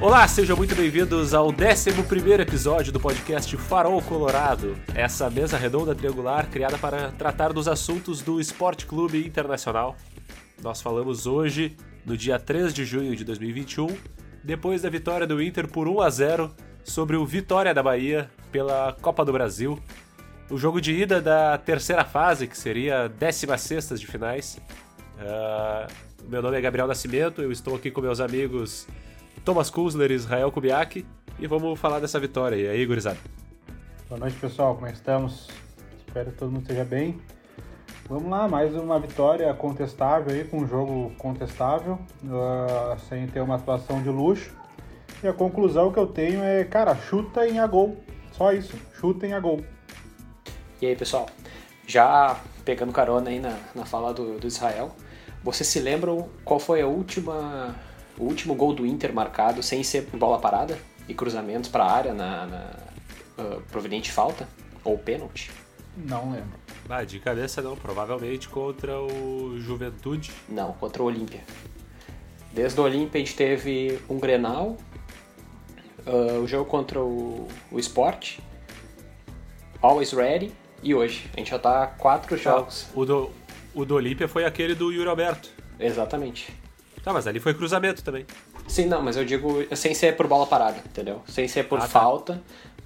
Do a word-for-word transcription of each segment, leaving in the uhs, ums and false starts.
Olá, sejam muito bem-vindos ao décimo primeiro episódio do podcast Farol Colorado, essa mesa redonda triangular criada para tratar dos assuntos do Esporte Clube Internacional. Nós falamos hoje, no dia três de junho de dois mil e vinte e um, depois da vitória do Inter por um a zero sobre o Vitória da Bahia pela Copa do Brasil, o jogo de ida da terceira fase, que seria décima sexta de finais. Uh, meu nome é Gabriel Nascimento, eu estou aqui com meus amigos Thomas Kunzler e Israel Kubiak, e vamos falar dessa vitória. E aí, gurizada? Boa noite, pessoal. Como é que estamos? Espero que todo mundo esteja bem. Vamos lá, mais uma vitória contestável aí, com um jogo contestável, uh, sem ter uma atuação de luxo. E a conclusão que eu tenho é, cara, chutem a gol. Só isso, chutem a gol. E aí, pessoal? Já pegando carona aí na, na fala do, do Israel, vocês se lembram qual foi a última... o último gol do Inter marcado sem ser bola parada e cruzamentos para a área na, na uh, proveniente falta ou pênalti? Não lembro. Ah, de cabeça não, provavelmente contra o Juventude. Não, contra o Olímpia. Desde o Olímpia a gente teve um Grenal, uh, o jogo contra o, o Sport, Always Ready, e hoje. A gente já tá quatro jogos. Ah, o do, o do Olímpia foi aquele do Yuri Alberto. Exatamente. Tá, mas ali foi cruzamento também. Sim, não, mas eu digo sem ser por bola parada, entendeu? Sem ser por ah, falta. Tá.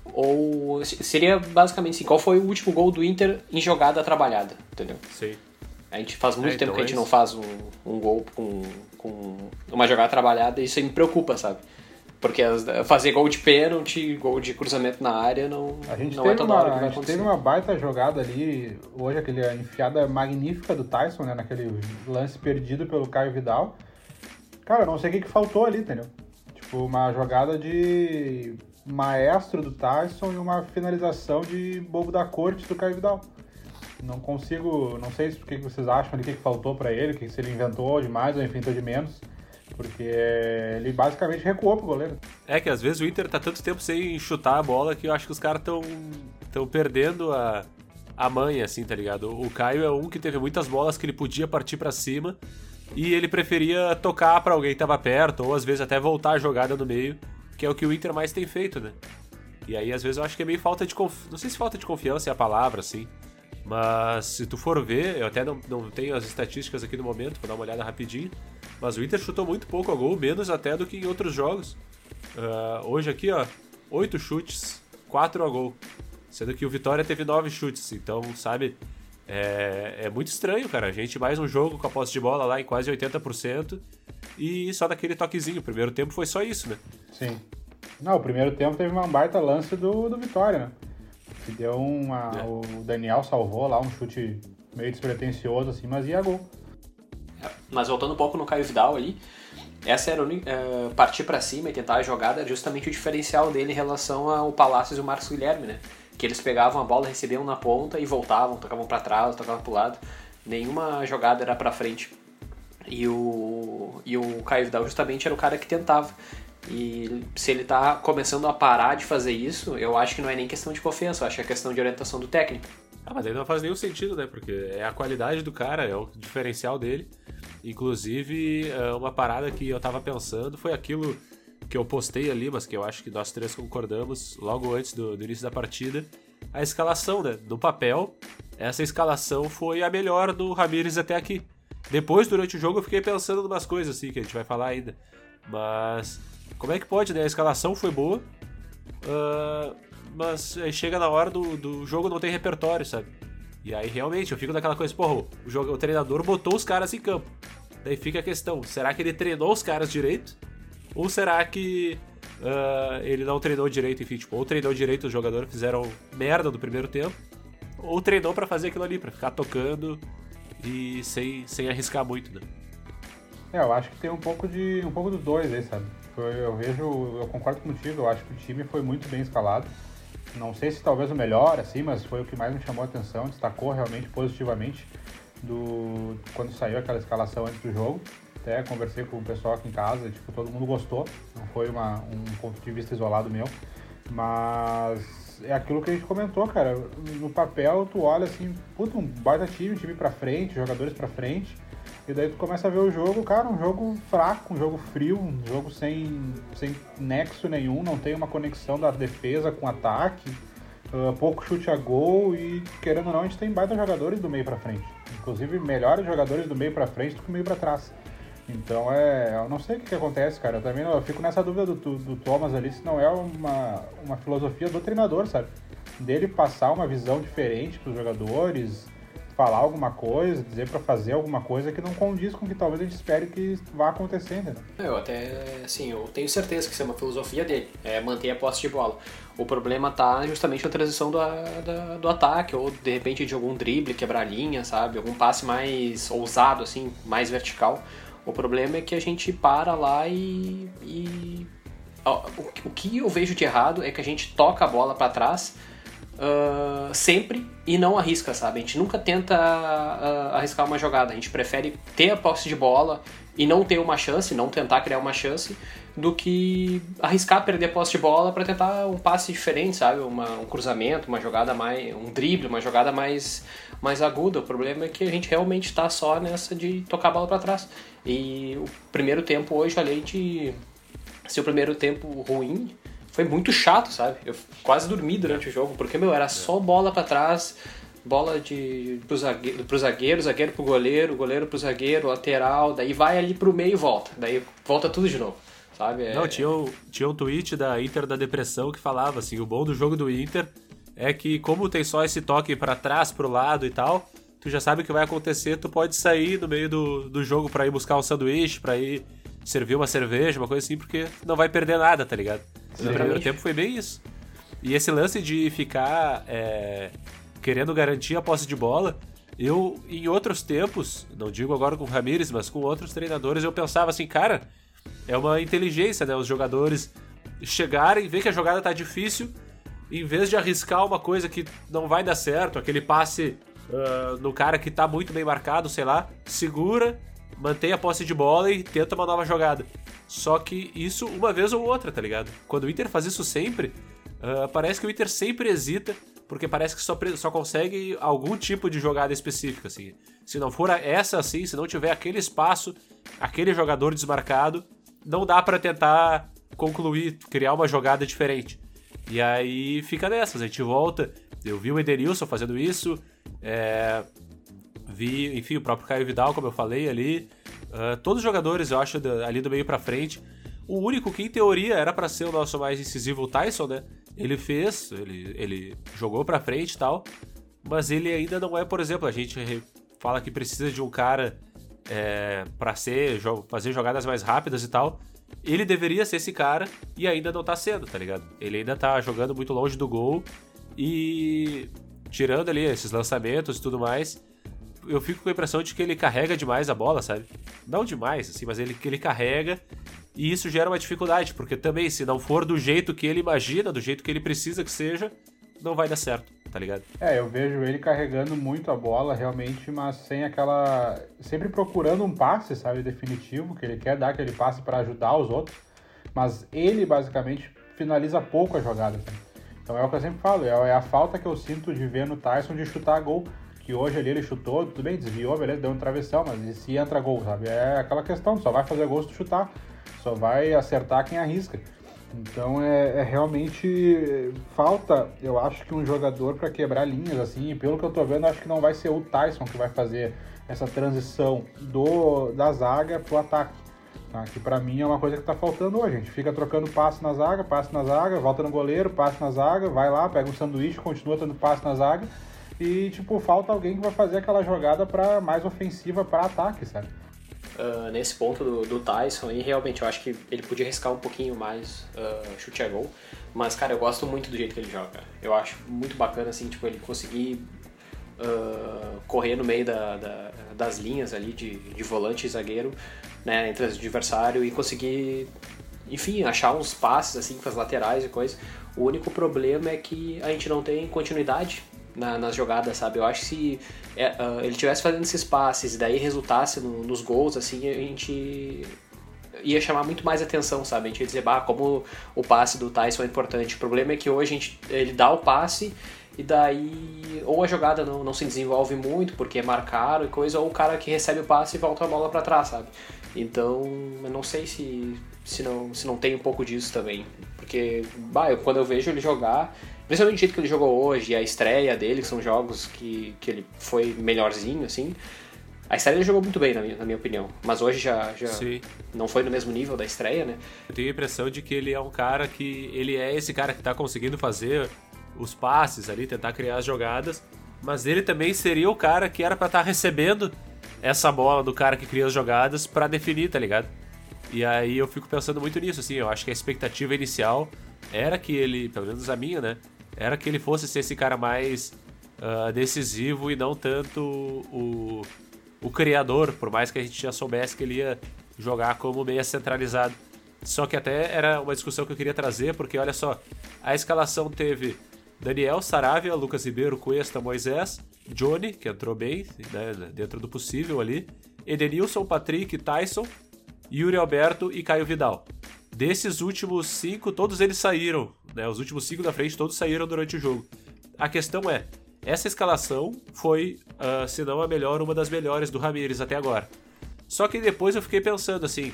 Ou seria basicamente assim, qual foi o último gol do Inter em jogada trabalhada, entendeu? Sim. A gente faz muito é, tempo então que a gente é não faz um, um gol com, com uma jogada trabalhada, e isso aí me preocupa, sabe? Porque as, fazer gol de pênalti, gol de cruzamento na área não, a gente não teve é toda uma, hora que vai A gente acontecer. teve uma baita jogada ali, hoje, aquele enfiada magnífica do Tyson, né? Naquele lance perdido pelo Caio Vidal. Cara, não sei o que, que faltou ali, entendeu? Tipo, uma jogada de maestro do Tyson e uma finalização de bobo da corte do Caio Vidal. Não consigo, não sei o que vocês acham ali, o que, que faltou pra ele, o que se ele inventou demais ou inventou de menos, porque ele basicamente recuou pro goleiro. É que às vezes o Inter tá tanto tempo sem chutar a bola que eu acho que os caras tão, tão perdendo a, a manha, assim, tá ligado? O Caio é um que teve muitas bolas que ele podia partir pra cima, e ele preferia tocar pra alguém que tava perto, ou às vezes até voltar a jogada no meio, que é o que o Inter mais tem feito, né? E aí às vezes eu acho que é meio falta de confiança, não sei se falta de confiança é a palavra, assim, mas se tu for ver, eu até não, não tenho as estatísticas aqui no momento, vou dar uma olhada rapidinho, mas o Inter chutou muito pouco a gol, menos até do que em outros jogos. Uh, hoje aqui, ó, oito chutes, quatro a gol, sendo que o Vitória teve nove chutes, então, sabe... É, é muito estranho, cara. A gente mais um jogo com a posse de bola lá em quase oitenta por cento e só daquele toquezinho. O primeiro tempo foi só isso, né? Sim. Não, o primeiro tempo teve uma baita lance do, do Vitória, né? Que deu uma... É. O Daniel salvou lá um chute meio despretensioso, assim, mas ia gol. É, mas voltando um pouco no Caio Vidal ali, essa era uh, partir pra cima e tentar a jogada, justamente o diferencial dele em relação ao Palácios e o Marcos Guilherme, né? Que eles pegavam a bola, recebiam na ponta e voltavam, tocavam pra trás, tocavam pro lado. Nenhuma jogada era pra frente. E o, e o Caio Vidal justamente era o cara que tentava. E se ele tá começando a parar de fazer isso, eu acho que não é nem questão de confiança, eu acho que é questão de orientação do técnico. Ah, mas aí não faz nenhum sentido, né? Porque é a qualidade do cara, é o diferencial dele. Inclusive, uma parada que eu tava pensando foi aquilo... que eu postei ali, mas que eu acho que nós três concordamos logo antes do, do início da partida, a escalação, né? No papel, essa escalação foi a melhor do Ramires até aqui. Depois, durante o jogo, eu fiquei pensando em umas coisas assim, que a gente vai falar ainda. Mas, como é que pode, né? A escalação foi boa, uh, mas chega na hora do, do jogo não tem repertório, sabe? E aí, realmente, eu fico naquela coisa, porra, o, jogo, o treinador botou os caras em campo. Daí fica a questão, será que ele treinou os caras direito? Ou será que uh, ele não treinou direito, enfim, tipo, ou treinou direito, os jogadores fizeram merda no primeiro tempo, ou treinou pra fazer aquilo ali, pra ficar tocando e sem, sem arriscar muito, né? É, eu acho que tem um pouco de um pouco dos dois aí, sabe? Foi, eu vejo, eu concordo contigo, eu acho que o time foi muito bem escalado. Não sei se talvez o melhor, assim, mas foi o que mais me chamou a atenção, destacou realmente positivamente do, quando saiu aquela escalação antes do jogo. Até conversei com o pessoal aqui em casa, tipo, todo mundo gostou, não foi uma, um ponto de vista isolado meu, mas é aquilo que a gente comentou, cara, no papel tu olha assim, puta, um baita time, time pra frente, jogadores pra frente, E daí tu começa a ver o jogo, cara, um jogo fraco, um jogo frio, um jogo sem, sem nexo nenhum, não tem uma conexão da defesa com o ataque, uh, pouco chute a gol e, querendo ou não, a gente tem baita jogadores do meio pra frente. Inclusive, melhores jogadores do meio pra frente do que do meio pra trás. Então, é, eu não sei o que, que acontece, cara. Eu também não, eu fico nessa dúvida do, do Thomas ali, se não é uma, uma filosofia do treinador, sabe? Dele passar uma visão diferente pros jogadores, falar alguma coisa, dizer pra fazer alguma coisa que não condiz com o que talvez a gente espere que vá acontecer, entendeu? Eu até, assim, eu tenho certeza que isso é uma filosofia dele, é manter a posse de bola. O problema tá justamente na transição do, da, do ataque, ou de repente de algum drible, quebrar a linha, sabe? Algum passe mais ousado, assim, mais vertical. O problema é que a gente para lá e... e ó, o, o que eu vejo de errado é que a gente toca a bola pra trás uh, sempre e não arrisca, sabe? A gente nunca tenta uh, arriscar uma jogada, a gente prefere ter a posse de bola e não ter uma chance, não tentar criar uma chance, do que arriscar perder a posse de bola para tentar um passe diferente, sabe? Uma, um cruzamento, uma jogada mais... um drible, uma jogada mais, mais aguda. O problema é que a gente realmente está só nessa de tocar a bola para trás. E o primeiro tempo hoje, além de ser o primeiro tempo ruim, foi muito chato, sabe? Eu quase dormi durante o jogo, porque, meu, era só bola para trás, bola de, pro, zagueiro, pro zagueiro, zagueiro pro goleiro, goleiro pro zagueiro, lateral, daí vai ali pro meio e volta. Daí volta tudo de novo. Sabe? É... Não, tinha um, tinha um tweet da Inter da Depressão que falava assim, o bom do jogo do Inter é que como tem só esse toque pra trás, pro lado e tal, tu já sabe o que vai acontecer, tu pode sair no meio do, do jogo pra ir buscar um sanduíche, pra ir servir uma cerveja, uma coisa assim, porque não vai perder nada, tá ligado? No primeiro tempo foi bem isso. E esse lance de ficar é, querendo garantir a posse de bola, eu, em outros tempos, não digo agora com o Ramires, mas com outros treinadores, eu pensava assim, cara... É uma inteligência, né? Os jogadores chegarem, ver que a jogada tá difícil, em vez de arriscar uma coisa que não vai dar certo, aquele passe uh, no cara que tá muito bem marcado, sei lá, segura, mantém a posse de bola e tenta uma nova jogada. Só que isso uma vez ou outra, tá ligado? Quando o Inter faz isso sempre, uh, parece que o Inter sempre hesita, porque parece que só, só consegue algum tipo de jogada específica, assim. Se não for essa assim, se não tiver aquele espaço, aquele jogador desmarcado, não dá pra tentar concluir, criar uma jogada diferente. E aí fica nessas, a gente volta. Eu vi o Edenilson fazendo isso, é, vi, enfim, o próprio Caio Vidal, como eu falei ali. Uh, todos os jogadores, eu acho, ali do meio pra frente. O único que, em teoria, era pra ser o nosso mais incisivo, o Tyson, né? Ele fez, ele, ele jogou pra frente e tal, mas ele ainda não é, por exemplo, a gente fala que precisa de um cara é, pra ser, fazer jogadas mais rápidas e tal. Ele deveria ser esse cara e ainda não tá sendo, tá ligado? Ele ainda tá jogando muito longe do gol e tirando ali esses lançamentos e tudo mais, eu fico com a impressão de que ele carrega demais a bola, sabe? Não demais, assim, mas ele, ele carrega e isso gera uma dificuldade, porque também, se não for do jeito que ele imagina, do jeito que ele precisa que seja, não vai dar certo, tá ligado? É, eu vejo ele carregando muito a bola, realmente, mas sem aquela... sempre procurando um passe, sabe, definitivo, que ele quer dar aquele passe para ajudar os outros, mas ele, basicamente, finaliza pouco a jogada, sabe? Então é o que eu sempre falo, é a falta que eu sinto de ver no Tyson de chutar gol, que hoje ali ele chutou, tudo bem, desviou, beleza, deu um travessão, mas e se entra gol, sabe? É aquela questão, só vai fazer gol se tu chutar, só vai acertar quem arrisca. Então é, é realmente falta, eu acho que um jogador para quebrar linhas, assim, e pelo que eu tô vendo, acho que não vai ser o Tyson que vai fazer essa transição do, da zaga pro ataque, tá? Que pra mim é uma coisa que tá faltando hoje. A gente fica trocando passe na zaga, passe na zaga, volta no goleiro, passe na zaga, vai lá, pega um sanduíche, continua dando passe na zaga e, tipo, falta alguém que vai fazer aquela jogada pra, mais ofensiva para ataque, sabe? Uh, nesse ponto do, do Tyson, e realmente eu acho que ele podia arriscar um pouquinho mais uh, chute a gol, mas, cara, eu gosto muito do jeito que ele joga, cara. Eu acho muito bacana, assim, tipo, ele conseguir uh, correr no meio da, da, das linhas ali de, de volante e zagueiro, né, entre os adversários e conseguir, enfim, achar uns passes, assim, com as laterais e coisa. O único problema é que a gente não tem continuidade Na, nas jogadas, sabe? Eu acho que se é, uh, ele tivesse fazendo esses passes e daí resultasse no, nos gols, assim, a gente ia chamar muito mais atenção, sabe? A gente ia dizer, bah, como o passe do Tyson é importante. O problema é que hoje a gente, ele dá o passe e daí ou a jogada não, não se desenvolve muito porque é marcado e coisa, ou o cara que recebe o passe e volta a bola pra trás, sabe? Então, eu não sei se, se, não, se não tem um pouco disso também, porque bah, eu, quando eu vejo ele jogar, principalmente o jeito que ele jogou hoje, a estreia dele, que são jogos que, que ele foi melhorzinho, assim, a estreia ele jogou muito bem, na minha, na minha opinião, mas hoje já, já não foi no mesmo nível da estreia, né? Eu tenho a impressão de que ele é um cara que, ele é esse cara que tá conseguindo fazer os passes ali, tentar criar as jogadas, mas ele também seria o cara que era pra estar recebendo essa bola do cara que cria as jogadas pra definir, tá ligado? E aí eu fico pensando muito nisso, assim, eu acho que a expectativa inicial era que ele, pelo menos a minha, né, era que ele fosse ser esse cara mais uh, decisivo e não tanto o, o criador, por mais que a gente já soubesse que ele ia jogar como meia centralizado. Só que até era uma discussão que eu queria trazer, porque olha só, a escalação teve Daniel, Saravia, Lucas Ribeiro, Cuesta, Moisés, Johnny, que entrou bem, né, dentro do possível ali, Edenilson, Patrick, Tyson, Yuri Alberto e Caio Vidal. Desses últimos cinco, todos eles saíram, né, os últimos cinco da frente, todos saíram durante o jogo. A questão é, essa escalação foi, uh, se não a melhor, uma das melhores do Ramires até agora. Só que depois eu fiquei pensando assim,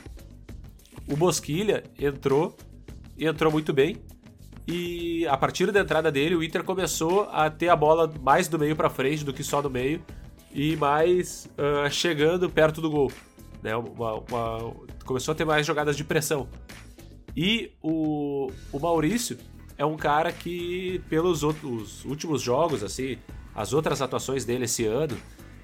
o Bosquilha entrou, e entrou muito bem, e a partir da entrada dele, o Inter começou a ter a bola mais do meio pra frente do que só do meio, e mais uh, chegando perto do gol. Né? Uma, uma, começou a ter mais jogadas de pressão. E o, o Maurício é um cara que, pelos outros, últimos jogos, assim, as outras atuações dele esse ano,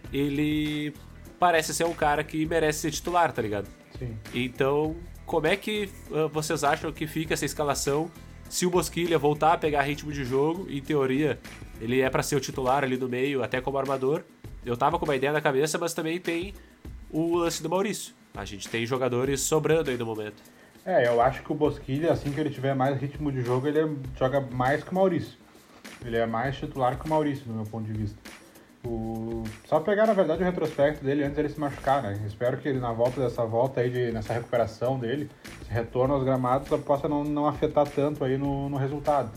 ele parece ser um cara que merece ser titular, tá ligado? Sim. Então, como é que uh, vocês acham que fica essa escalação se o Bosquilha voltar a pegar ritmo de jogo? Em teoria, ele é pra ser o titular ali no meio, até como armador. Eu tava com uma ideia na cabeça, mas também tem o lance do Maurício. A gente tem jogadores sobrando aí no momento. É, eu acho que o Bosquilha, assim que ele tiver mais ritmo de jogo, ele joga mais que o Maurício. Ele é mais titular que o Maurício, do meu ponto de vista. O... Só pegar, na verdade, o retrospecto dele antes dele se machucar, né? Espero que ele, na volta dessa volta aí, de, nessa recuperação dele, esse retorno aos gramados, possa não, não afetar tanto aí no, no resultado.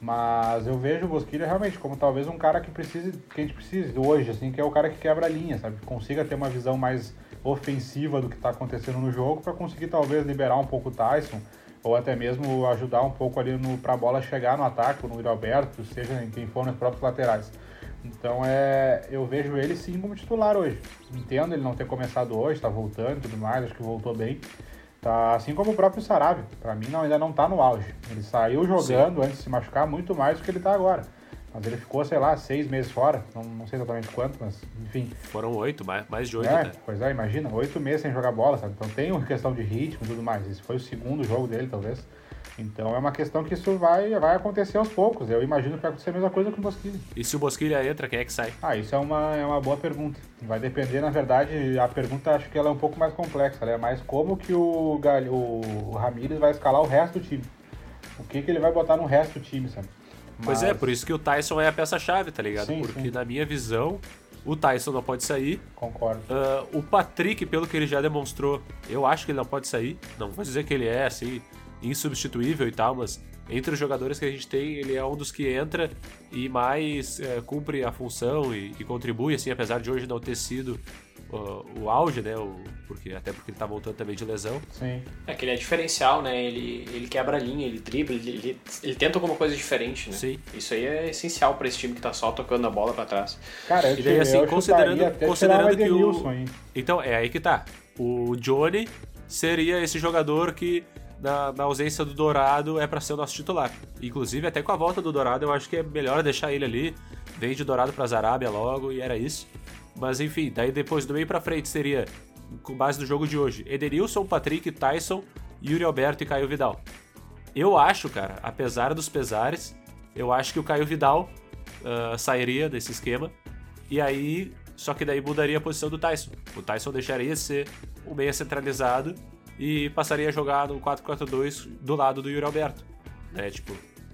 Mas eu vejo o Bosquilha realmente como talvez um cara que precise, que a gente precise hoje, assim, que é o cara que quebra a linha, sabe? Que consiga ter uma visão mais ofensiva do que está acontecendo no jogo para conseguir talvez liberar um pouco o Tyson, ou até mesmo ajudar um pouco ali para a bola chegar no ataque, no Yuri Alberto, seja em quem for nos próprios laterais. Então é, eu vejo ele sim como titular hoje. Entendo ele não ter começado hoje, tá voltando e tudo mais, acho que voltou bem. Tá, assim como o próprio Saravia, pra mim não, ainda não tá no auge. Ele saiu jogando sim. antes de se machucar muito mais do que ele tá agora. Mas ele ficou, sei lá, seis meses fora, não, não sei exatamente quanto, mas enfim. Foram oito, mais, mais de oito, é, né? Pois é, imagina, oito meses sem jogar bola, sabe? Então tem uma questão de ritmo e tudo mais. Esse foi o segundo jogo dele, talvez. Então é uma questão que isso vai, vai acontecer aos poucos. Eu imagino que vai acontecer a mesma coisa com o Bosquilha. E se o Bosquilha entra, quem é que sai? Ah, isso é uma, é uma boa pergunta. Vai depender, na verdade, a pergunta acho que ela é um pouco mais complexa. Ela é mais como que o, o, o Ramires vai escalar o resto do time. O que, que ele vai botar no resto do time, sabe? Mas... Pois é, por isso que o Tyson é a peça-chave, tá ligado? Sim, Porque sim. na minha visão, o Tyson não pode sair. Concordo. Uh, o Patrick, pelo que ele já demonstrou, eu acho que ele não pode sair. Não vou dizer que ele é, assim, insubstituível e tal, mas entre os jogadores que a gente tem, ele é um dos que entra e mais é, cumpre a função e, e contribui, assim, apesar de hoje não ter sido uh, o auge, né? O, porque, até porque ele tá voltando também de lesão. Sim. É que ele é diferencial, né? Ele, ele quebra a linha, ele dribla, ele, ele, ele tenta alguma coisa diferente, né? Sim. Isso aí é essencial pra esse time que tá só tocando a bola pra trás. Cara, eu, E daí, assim, eu considerando, até considerando que o... Aí. Então, é aí que tá. O Johnny seria esse jogador que, na, na ausência do Dourado, é pra ser o nosso titular. Inclusive, até com a volta do Dourado, eu acho que é melhor deixar ele ali. Vende o Dourado pra Zarabia logo, e era isso. Mas, enfim, daí depois, do meio pra frente, seria, com base no jogo de hoje, Edenilson, Patrick, Tyson, Yuri Alberto e Caio Vidal. Eu acho, cara, apesar dos pesares, eu acho que o Caio Vidal uh, sairia desse esquema. E aí, só que daí mudaria a posição do Tyson. O Tyson deixaria de ser o meia centralizado e passaria a jogar no quatro quatro dois do lado do Yuri Alberto. Né? Tipo,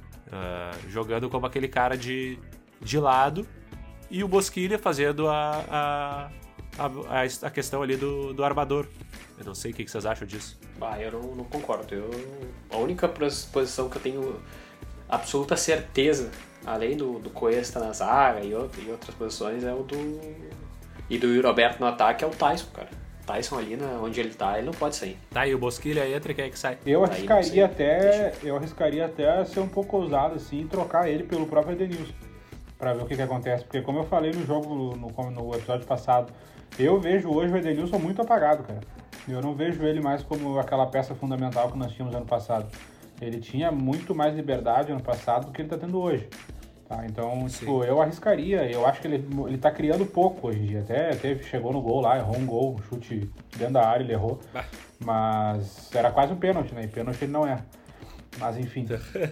uh, jogando como aquele cara de, de lado, e o Bosquilha fazendo a, a, a, a questão ali do, do armador. Eu não sei o que vocês acham disso. Ah, eu não, não concordo. Eu, a única posição que eu tenho absoluta certeza além do, do Cuesta na zaga e, outro, e outras posições, é o do... E do Roberto no ataque é o Tyson, cara. Tyson ali, na, onde ele tá, ele não pode sair. Tá, e o Bosquilha entra e quem é que sai? Eu Aí, arriscaria não sei. até. Eu arriscaria até ser um pouco ousado assim e trocar ele pelo próprio Edenilson. Pra ver o que, que acontece. Porque como eu falei no jogo, no, no episódio passado, eu vejo hoje o Edenilson muito apagado, cara. Eu não vejo ele mais como aquela peça fundamental que nós tínhamos ano passado. Ele tinha muito mais liberdade ano passado do que ele tá tendo hoje. Tá, então, Sim. tipo, eu arriscaria. Eu acho que ele, ele tá criando pouco hoje em dia. Até teve, chegou no gol lá, errou um gol, um chute dentro da área, ele errou. Bah. Mas era quase um pênalti, né? E pênalti ele não é. Mas enfim.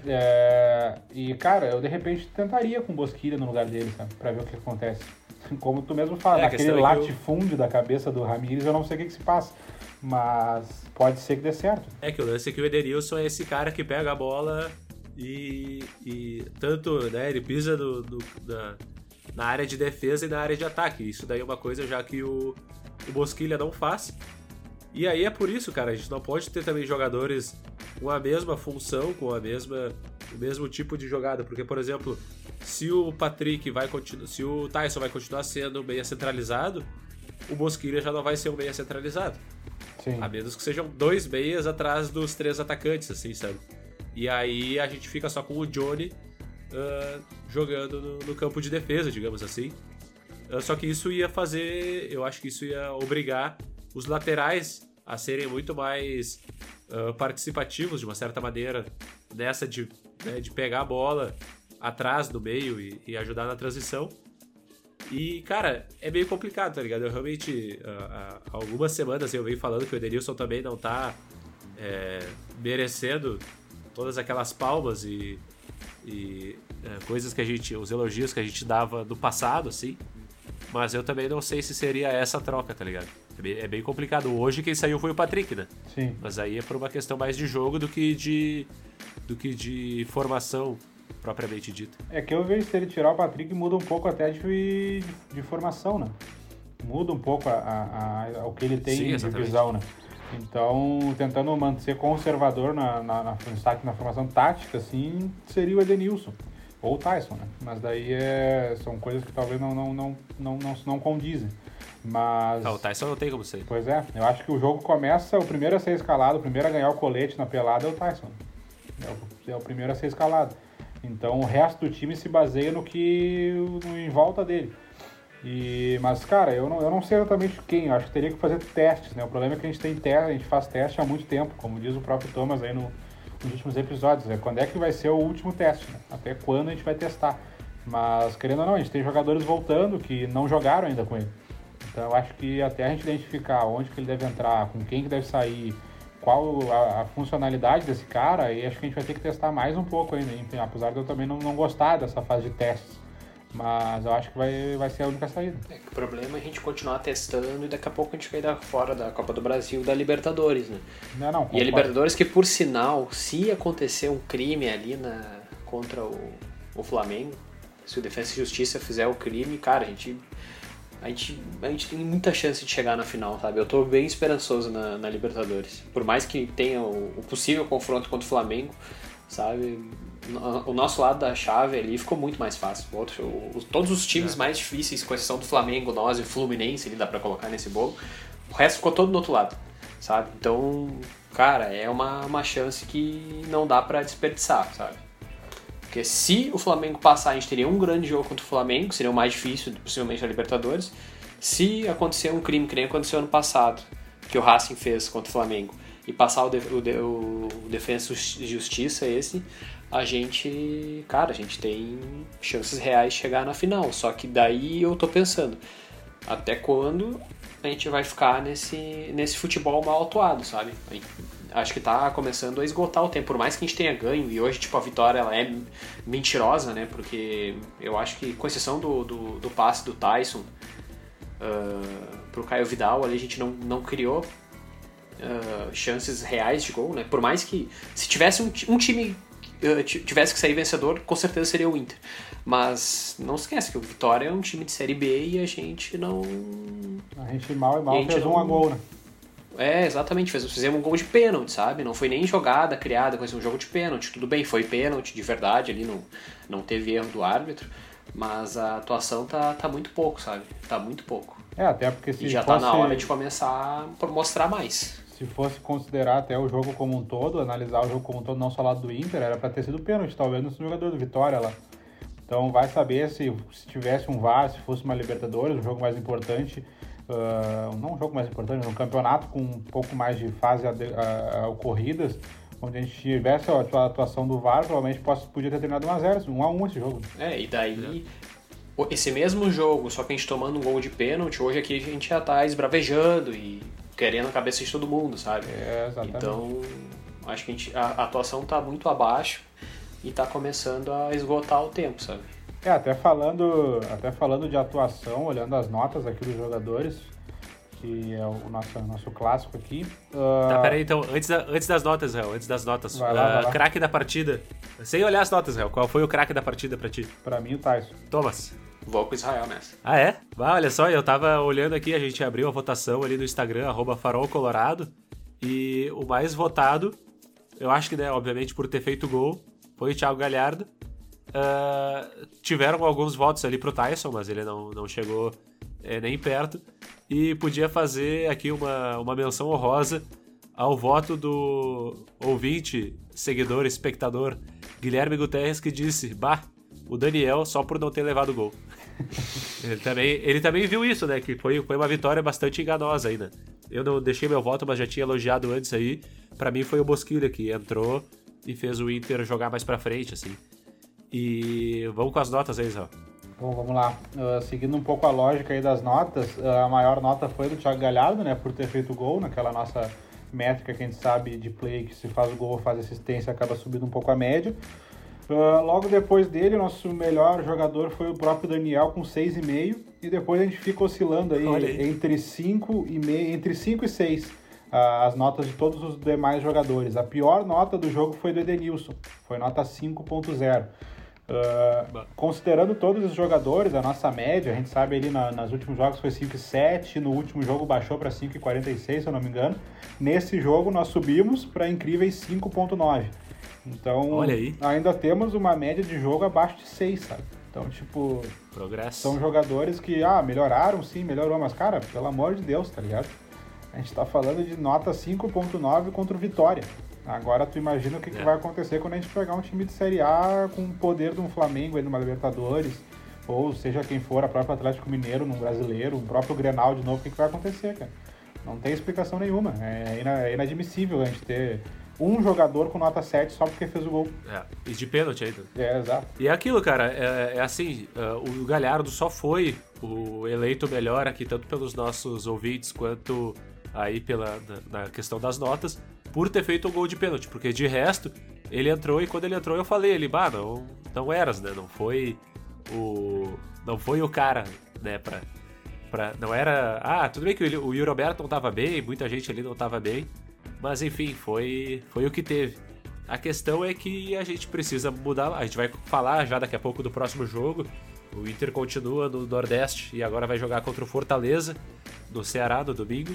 é, e, cara, eu de repente tentaria com o Bosquilha no lugar dele, sabe? Pra ver o que acontece. Como tu mesmo fala, É, a aquele questão é que latifúndio da cabeça do Ramires, eu não sei o que, que se passa. Mas pode ser que dê certo. É que o lance é que o Edenilson é esse cara que pega a bola e, e tanto, né, ele pisa do, do, da, na área de defesa e na área de ataque. Isso daí é uma coisa já que o, o Bosquilha não faz. E aí é por isso, cara, a gente não pode ter também jogadores com a mesma função, com a mesma, o mesmo tipo de jogada. Porque, por exemplo, se o Patrick vai continuar, se o Tyson vai continuar sendo meia centralizado, o Bosquilha já não vai ser um meia centralizado. Sim. A menos que sejam dois meias atrás dos três atacantes, assim, sabe? E aí a gente fica só com o Johnny uh, jogando no, no campo de defesa, digamos assim. Uh, só que isso ia fazer... Eu acho que isso ia obrigar os laterais a serem muito mais uh, participativos, de uma certa maneira, nessa de, né, de pegar a bola atrás do meio e, e ajudar na transição. E, cara, é meio complicado, tá ligado? Eu realmente, há algumas semanas eu venho falando que o Edenilson também não tá é, merecendo todas aquelas palmas e, e é, coisas que a gente, os elogios que a gente dava no passado, assim. Mas eu também não sei se seria essa troca, tá ligado? É bem, é bem complicado. Hoje quem saiu foi o Patrick, né? Sim. Mas aí é por uma questão mais de jogo do que de, do que de formação propriamente dita. É que eu vejo se ele tirar o Patrick muda um pouco até de, de, de formação, né? Muda um pouco a, a, a, o que ele tem Sim, de exatamente. visão, né? Então, tentando manter conservador na, na, na, na formação tática, assim, seria o Edenilson. Ou o Tyson, né? Mas daí é, são coisas que talvez não, não, não, não, não, não condizem. Mas... Não, o Tyson não tem como ser. Pois é, eu acho que o jogo começa, o primeiro a ser escalado, o primeiro a ganhar o colete na pelada é o Tyson. É o, é o primeiro a ser escalado. Então o resto do time se baseia no que no, em volta dele. E, mas, cara, eu não, eu não sei exatamente quem, eu acho que teria que fazer testes, né? O problema é que a gente tem teste, a gente faz teste há muito tempo, como diz o próprio Thomas aí no, nos últimos episódios. É quando é que vai ser o último teste, né? Até quando a gente vai testar. Mas, querendo ou não, a gente tem jogadores voltando que não jogaram ainda com ele. Então eu acho que até a gente identificar onde que ele deve entrar, com quem que deve sair, qual a, a funcionalidade desse cara, e acho que a gente vai ter que testar mais um pouco ainda, enfim, apesar de eu também não, não gostar dessa fase de testes, mas eu acho que vai, vai ser a única saída. É que o problema é a gente continuar testando e daqui a pouco a gente vai dar fora da Copa do Brasil, da Libertadores, né? Não, não, e a concordo. Libertadores que, por sinal, se acontecer um crime ali na, contra o, o Flamengo, se o Defensa e Justiça fizer o crime, cara, a gente... A gente, a gente tem muita chance de chegar na final, sabe? Eu tô bem esperançoso na, na Libertadores. Por mais que tenha o, o possível confronto contra o Flamengo, sabe? O nosso lado da chave ali ficou muito mais fácil. O outro, o, todos os times é. mais difíceis, com exceção do Flamengo, nós e o Fluminense, ele dá pra colocar nesse bolo. O resto ficou todo do outro lado, sabe? Então, cara, é uma, uma chance que não dá pra desperdiçar, sabe? Porque se o Flamengo passar, a gente teria um grande jogo contra o Flamengo, seria o mais difícil, possivelmente, a Libertadores. Se acontecer um crime que nem aconteceu ano passado, que o Racing fez contra o Flamengo, e passar o, de, o, de, o Defensa e Justiça esse, a gente, cara, a gente tem chances reais de chegar na final. Só que daí eu tô pensando, até quando a gente vai ficar nesse, nesse futebol mal atuado, sabe? Acho que tá começando a esgotar o tempo, por mais que a gente tenha ganho, e hoje, tipo, a vitória, ela é mentirosa, né, porque eu acho que, com exceção do, do, do passe do Tyson uh, pro Caio Vidal, ali a gente não, não criou uh, chances reais de gol, né, por mais que, se tivesse um, um time uh, tivesse que sair vencedor, com certeza seria o Inter, mas não esquece que o Vitória é um time de Série B e a gente não... A gente mal e mal e fez não... um a gol, né? É, exatamente, fez, fizemos um gol de pênalti, sabe? Não foi nem jogada criada, foi um jogo de pênalti. Tudo bem, foi pênalti de verdade ali, não, não teve erro do árbitro, mas a atuação tá, tá muito pouco, sabe? Tá muito pouco. É, até porque se e já fosse, tá na hora de começar a mostrar mais. Se fosse considerar até o jogo como um todo, analisar o jogo como um todo, não só lado do Inter, era pra ter sido pênalti, talvez no jogador do Vitória lá. Então vai saber se, se tivesse um V A R, se fosse uma Libertadores, um jogo mais importante, uh, não um jogo mais importante, um campeonato com um pouco mais de fase ocorridas, onde a gente tivesse a atuação do V A R, provavelmente podia ter terminado um a zero, um a um esse jogo. É, e daí, esse mesmo jogo, só que a gente tomando um gol de pênalti, hoje aqui a gente já tá esbravejando e querendo a cabeça de todo mundo, sabe? É, exatamente. Então, acho que a, gente, a, a atuação tá muito abaixo e tá começando a esgotar o tempo, sabe? É, até falando, até falando de atuação, olhando as notas aqui dos jogadores, que é o nosso, nosso clássico aqui. Uh... Tá, peraí, então, antes, da, antes das notas, Réu, antes das notas. Vai lá, uh, vai lá. Craque da partida. Sem olhar as notas, Réu, qual foi o craque da partida pra ti? Pra mim, o Tyson. Thomas. Vou com Israel nessa. Ah, é? Ah, olha só, eu tava olhando aqui, a gente abriu a votação ali no Instagram, arroba Farol Colorado, e o mais votado, eu acho que, né, obviamente, por ter feito gol, foi o Thiago Galhardo. Uh, tiveram alguns votos ali pro Tyson, mas ele não, não chegou é, nem perto. E podia fazer aqui uma, uma menção honrosa ao voto do ouvinte, seguidor, espectador, Guilherme Guterres, que disse, bah, o Daniel só por não ter levado gol. ele, também, ele também viu isso, né? Que foi, foi uma vitória bastante enganosa ainda. Eu não deixei meu voto, mas já tinha elogiado antes aí. Pra mim foi o Bosquilha que entrou e fez o Inter jogar mais pra frente, assim. E vamos com as notas aí, Zé. Bom, vamos lá. Uh, seguindo um pouco a lógica aí das notas, uh, a maior nota foi do Thiago Galhardo, né? Por ter feito o gol, naquela nossa métrica que a gente sabe de play, que se faz o gol ou faz assistência, acaba subindo um pouco a média. Uh, logo depois dele, o nosso melhor jogador foi o próprio Daniel, com seis vírgula cinco, e depois a gente fica oscilando aí, aí. entre cinco e meio, entre cinco e seis, uh, as notas de todos os demais jogadores. A pior nota do jogo foi do Edenilson, foi nota cinco ponto zero. Uh, considerando todos os jogadores, a nossa média, a gente sabe ali na, nos últimos jogos foi cinco vírgula sete, no último jogo baixou para cinco vírgula quarenta e seis, se eu não me engano. Nesse jogo nós subimos para incríveis cinco ponto nove. Então, ainda temos uma média de jogo abaixo de seis, sabe? Então, tipo, progresso. São jogadores que, ah, melhoraram, sim, melhorou, mas, cara, pelo amor de Deus, tá ligado? A gente tá falando de nota cinco ponto nove contra o Vitória. Agora tu imagina o que, é. que vai acontecer quando a gente pegar um time de Série A com o poder de um Flamengo aí numa Libertadores, ou seja quem for, a própria Atlético Mineiro num Brasileiro, um próprio Grenal de novo, o que, que vai acontecer, cara? Não tem explicação nenhuma. É inadmissível a gente ter um jogador com nota sete só porque fez o gol. É, e de pênalti ainda. É, exato. E é aquilo, cara, é, é assim, uh, o Galhardo só foi o eleito melhor aqui, tanto pelos nossos ouvintes, quanto aí pela, na, na questão das notas, por ter feito um gol de pênalti, porque de resto, ele entrou e quando ele entrou eu falei, ele, bah, não, não eras, né, não foi o, não foi o cara, né, pra, pra, não era, ah, tudo bem que o, o Yuri Alberto não tava bem, muita gente ali não tava bem, mas enfim, foi, foi o que teve. A questão é que a gente precisa mudar, a gente vai falar já daqui a pouco do próximo jogo. O Inter continua no Nordeste e agora vai jogar contra o Fortaleza, no Ceará, no domingo.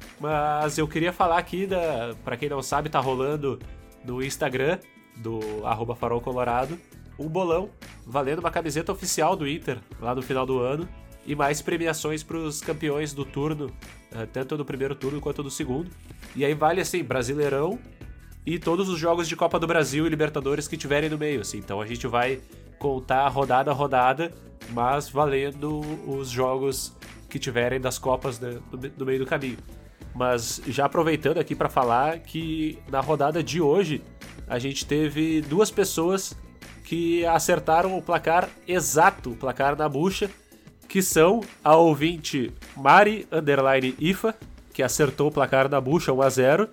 Mas eu queria falar aqui, da, pra quem não sabe, tá rolando no Instagram, do arroba Farol Colorado, um bolão valendo uma camiseta oficial do Inter, lá no final do ano, e mais premiações pros campeões do turno, tanto do primeiro turno quanto do segundo. E aí vale, assim, Brasileirão e todos os jogos de Copa do Brasil e Libertadores que tiverem no meio, assim. Então a gente vai contar rodada a rodada, mas valendo os jogos que tiverem das Copas, né, no meio do caminho. Mas já aproveitando aqui para falar que na rodada de hoje a gente teve duas pessoas que acertaram o placar exato, o placar na bucha, que são a ouvinte Mari underline Ifa, que acertou o placar na bucha um a zero,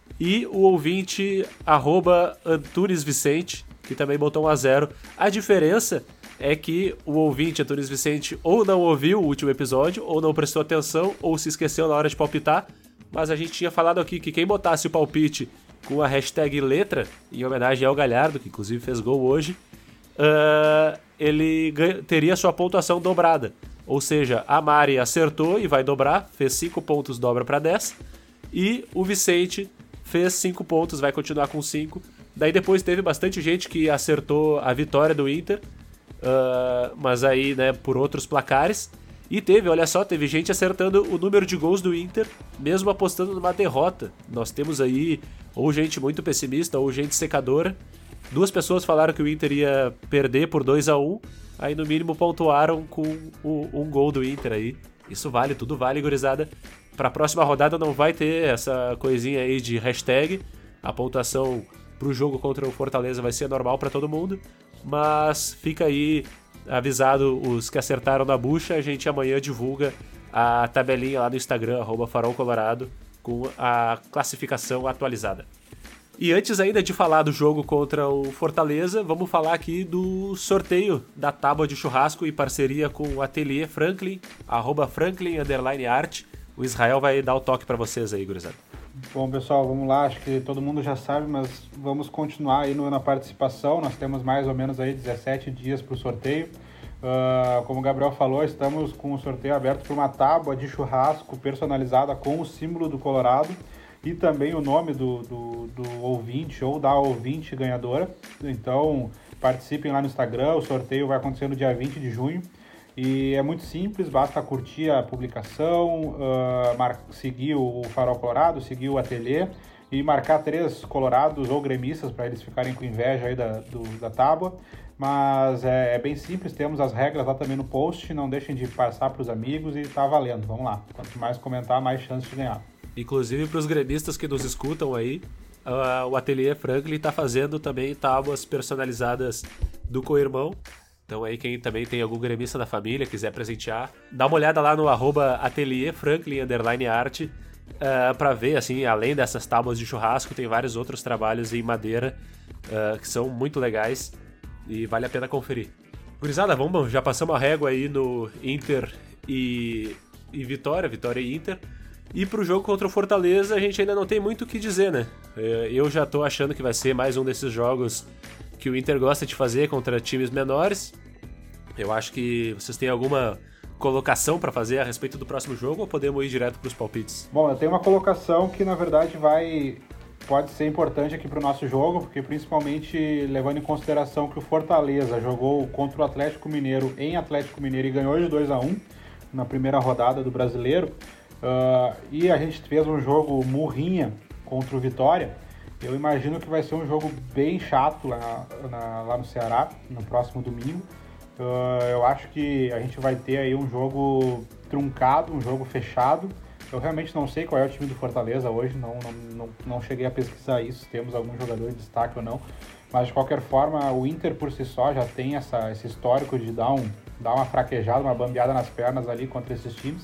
e o ouvinte arroba Antunes Vicente, que também botou um a zero. A diferença é que o ouvinte Antunes Vicente ou não ouviu o último episódio, ou não prestou atenção, ou se esqueceu na hora de palpitar, mas a gente tinha falado aqui que quem botasse o palpite com a hashtag letra, em homenagem ao Galhardo, que inclusive fez gol hoje, uh, ele ganha, teria sua pontuação dobrada. Ou seja, a Mari acertou e vai dobrar, fez cinco pontos, dobra para dez, E o Vicente fez cinco pontos, vai continuar com cinco. Daí depois teve bastante gente que acertou a vitória do Inter, uh, mas aí, né, por outros placares. E teve, olha só, teve gente acertando o número de gols do Inter, mesmo apostando numa derrota. Nós temos aí ou gente muito pessimista ou gente secadora. Duas pessoas falaram que o Inter ia perder por dois a um, aí no mínimo pontuaram com o, um gol do Inter aí. Isso vale, tudo vale, gurizada. Para a próxima rodada não vai ter essa coisinha aí de hashtag. A pontuação pro jogo contra o Fortaleza vai ser normal para todo mundo, mas fica aí avisado os que acertaram na bucha. A gente amanhã divulga a tabelinha lá no Instagram, arroba Farol Colorado, com a classificação atualizada. E antes ainda de falar do jogo contra o Fortaleza, vamos falar aqui do sorteio da tábua de churrasco em parceria com o Ateliê Franklin, arroba Franklin underline art. O Israel vai dar o toque para vocês aí, gurizada. Bom, pessoal, vamos lá. Acho que todo mundo já sabe, mas vamos continuar aí no, na participação. Nós temos mais ou menos aí dezessete dias para o sorteio. Uh, como o Gabriel falou, estamos com o sorteio aberto para uma tábua de churrasco personalizada com o símbolo do Colorado e também o nome do, do, do ouvinte ou da ouvinte ganhadora. Então, participem lá no Instagram. O sorteio vai acontecer no dia vinte de junho. E é muito simples, basta curtir a publicação, uh, mar- seguir o Farol Colorado, seguir o Ateliê e marcar três colorados ou gremistas para eles ficarem com inveja aí da, do, da tábua. Mas é, é bem simples, temos as regras lá também no post, não deixem de passar para os amigos e tá valendo, vamos lá. Quanto mais comentar, mais chance de ganhar. Inclusive para os gremistas que nos escutam aí, uh, o Ateliê Franklin está fazendo também tábuas personalizadas do co-irmão. Então aí quem também tem algum gremista da família, quiser presentear, dá uma olhada lá no arroba Ateliê Franklin underline art uh, para ver, assim, além dessas tábuas de churrasco, tem vários outros trabalhos em madeira uh, que são muito legais e vale a pena conferir. Gurizada, vamos, já passamos a régua aí no Inter e, e Vitória, Vitória e Inter. E pro jogo contra o Fortaleza a gente ainda não tem muito o que dizer, né? Eu já tô achando que vai ser mais um desses jogos que o Inter gosta de fazer contra times menores. Eu acho que vocês têm alguma colocação para fazer a respeito do próximo jogo ou podemos ir direto para os palpites? Bom, eu tenho uma colocação que na verdade vai pode ser importante aqui para o nosso jogo, porque principalmente levando em consideração que o Fortaleza jogou contra o Atlético Mineiro em Atlético Mineiro e ganhou de dois a um na primeira rodada do Brasileiro, uh, e a gente fez um jogo murrinha contra o Vitória. Eu imagino que vai ser um jogo bem chato lá, na, lá no Ceará, no próximo domingo. Uh, eu acho que a gente vai ter aí um jogo truncado, um jogo fechado. Eu realmente não sei qual é o time do Fortaleza hoje, não, não, não, não cheguei a pesquisar isso, se temos algum jogador de destaque ou não. Mas de qualquer forma, o Inter por si só já tem essa, esse histórico de dar, um, dar uma fraquejada, uma bambeada nas pernas ali contra esses times.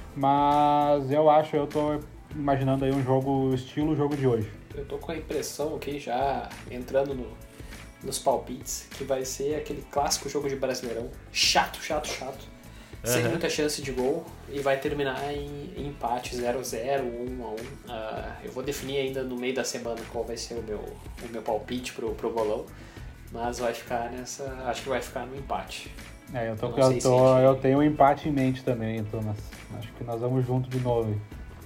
Mas eu acho, eu tô imaginando aí um jogo estilo jogo de hoje. Eu tô com a impressão aqui, já entrando no, nos palpites, que vai ser aquele clássico jogo de Brasileirão. Chato, chato, chato. Uhum. Sem muita chance de gol. E vai terminar em, em empate zero a zero, um a um. Uh, eu vou definir ainda no meio da semana qual vai ser o meu, o meu palpite pro, pro bolão. Mas vai ficar nessa... Acho que vai ficar no empate. É, eu, tô, eu, eu, tô, eu tenho um empate em mente também, Thomas. Acho que nós vamos junto de novo.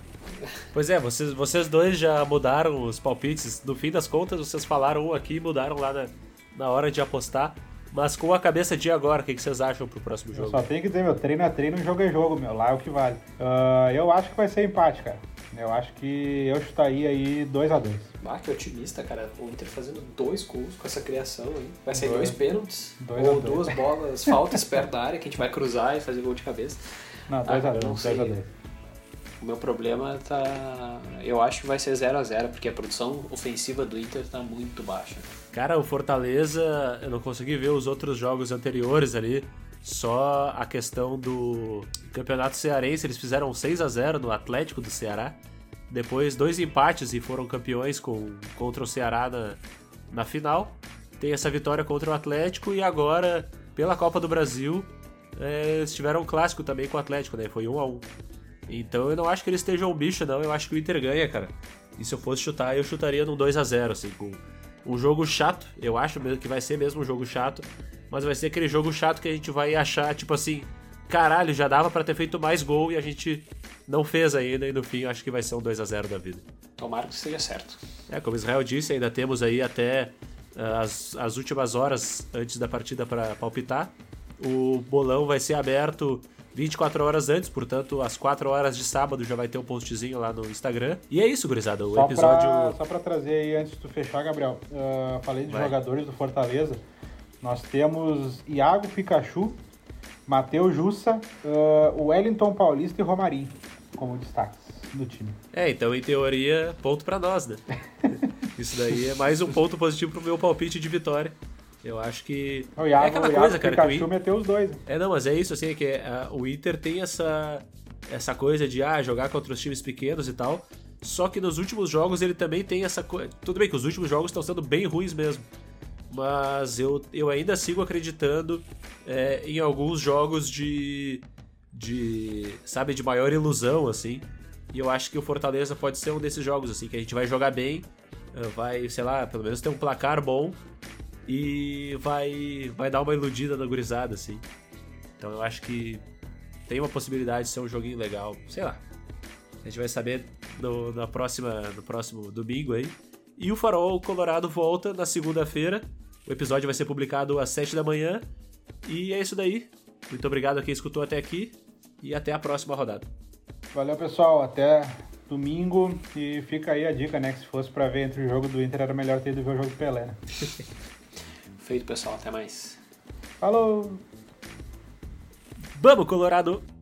Pois é, vocês, vocês dois já mudaram os palpites. No fim das contas, vocês falaram um aqui e mudaram lá na, na hora de apostar. Mas com a cabeça de agora, o que, que vocês acham pro próximo jogo? Eu só tenho que dizer, meu, treino é treino, jogo é jogo, meu. Lá é o que vale. Uh, eu acho que vai ser empate, cara. Eu acho que eu chutaria aí dois a dois. Ah, que otimista, cara. O Inter fazendo dois gols com essa criação aí. Vai ser dois, dois pênaltis. Dois ou duas bolas, faltas perto da área que a gente vai cruzar e fazer gol de cabeça. Não, dois a dois, dois a dois. O meu problema tá... Eu acho que vai ser zero a zero, porque a produção ofensiva do Inter tá muito baixa. Cara, o Fortaleza, eu não consegui ver os outros jogos anteriores ali. Só a questão do Campeonato Cearense, eles fizeram seis a zero no Atlético do Ceará. Depois dois empates e foram campeões com, contra o Ceará na, na final. Tem essa vitória contra o Atlético e agora, pela Copa do Brasil, é, eles tiveram um clássico também com o Atlético, né? Foi um a um. Então eu não acho que eles estejam um bicho, não. Eu acho que o Inter ganha, cara. E se eu fosse chutar, eu chutaria num dois a zero, assim, com um jogo chato. Eu acho mesmo que vai ser mesmo um jogo chato. Mas vai ser aquele jogo chato que a gente vai achar, tipo assim, caralho, já dava pra ter feito mais gol e a gente não fez ainda e no fim acho que vai ser um dois a zero da vida. Tomara que seja certo. É, como o Israel disse, ainda temos aí até uh, as, as últimas horas antes da partida para palpitar. O bolão vai ser aberto vinte e quatro horas antes, portanto, às quatro horas de sábado já vai ter um postzinho lá no Instagram. E é isso, gurizada, o só episódio... Pra, só pra trazer aí, antes de tu fechar, Gabriel, uh, falei de vai. jogadores do Fortaleza, nós temos Iago Pikachu, Matheus Jussa, uh, Wellington Paulista e Romarinho como destaques do time. É, então, em teoria, ponto pra nós, né? Isso daí é mais um ponto positivo pro meu palpite de vitória. Eu acho que o Iago, é aquela o Iago coisa, cara, Pikachu que o Inter... meteu os dois. É, não, mas é isso, assim, é que uh, o Inter tem essa, essa coisa de ah, jogar contra os times pequenos e tal, só que nos últimos jogos ele também tem essa coisa... Tudo bem que os últimos jogos estão sendo bem ruins mesmo, mas eu, eu ainda sigo acreditando é, em alguns jogos de, de, sabe, de maior ilusão, assim, e eu acho que o Fortaleza pode ser um desses jogos, assim, que a gente vai jogar bem, vai, sei lá, pelo menos ter um placar bom, e vai, vai dar uma iludida na gurizada, assim. Então eu acho que tem uma possibilidade de ser um joguinho legal. Sei lá. A gente vai saber no, na próxima, no próximo domingo aí. E o Farol Colorado volta na segunda-feira. O episódio vai ser publicado às sete da manhã. E é isso daí. Muito obrigado a quem escutou até aqui. E até a próxima rodada. Valeu, pessoal. Até domingo. E fica aí a dica, né? Que se fosse pra ver entre o jogo do Inter, era melhor ter ido ver o jogo do Pelé, né? Feito, pessoal. Até mais. Falou! Vamos, Colorado!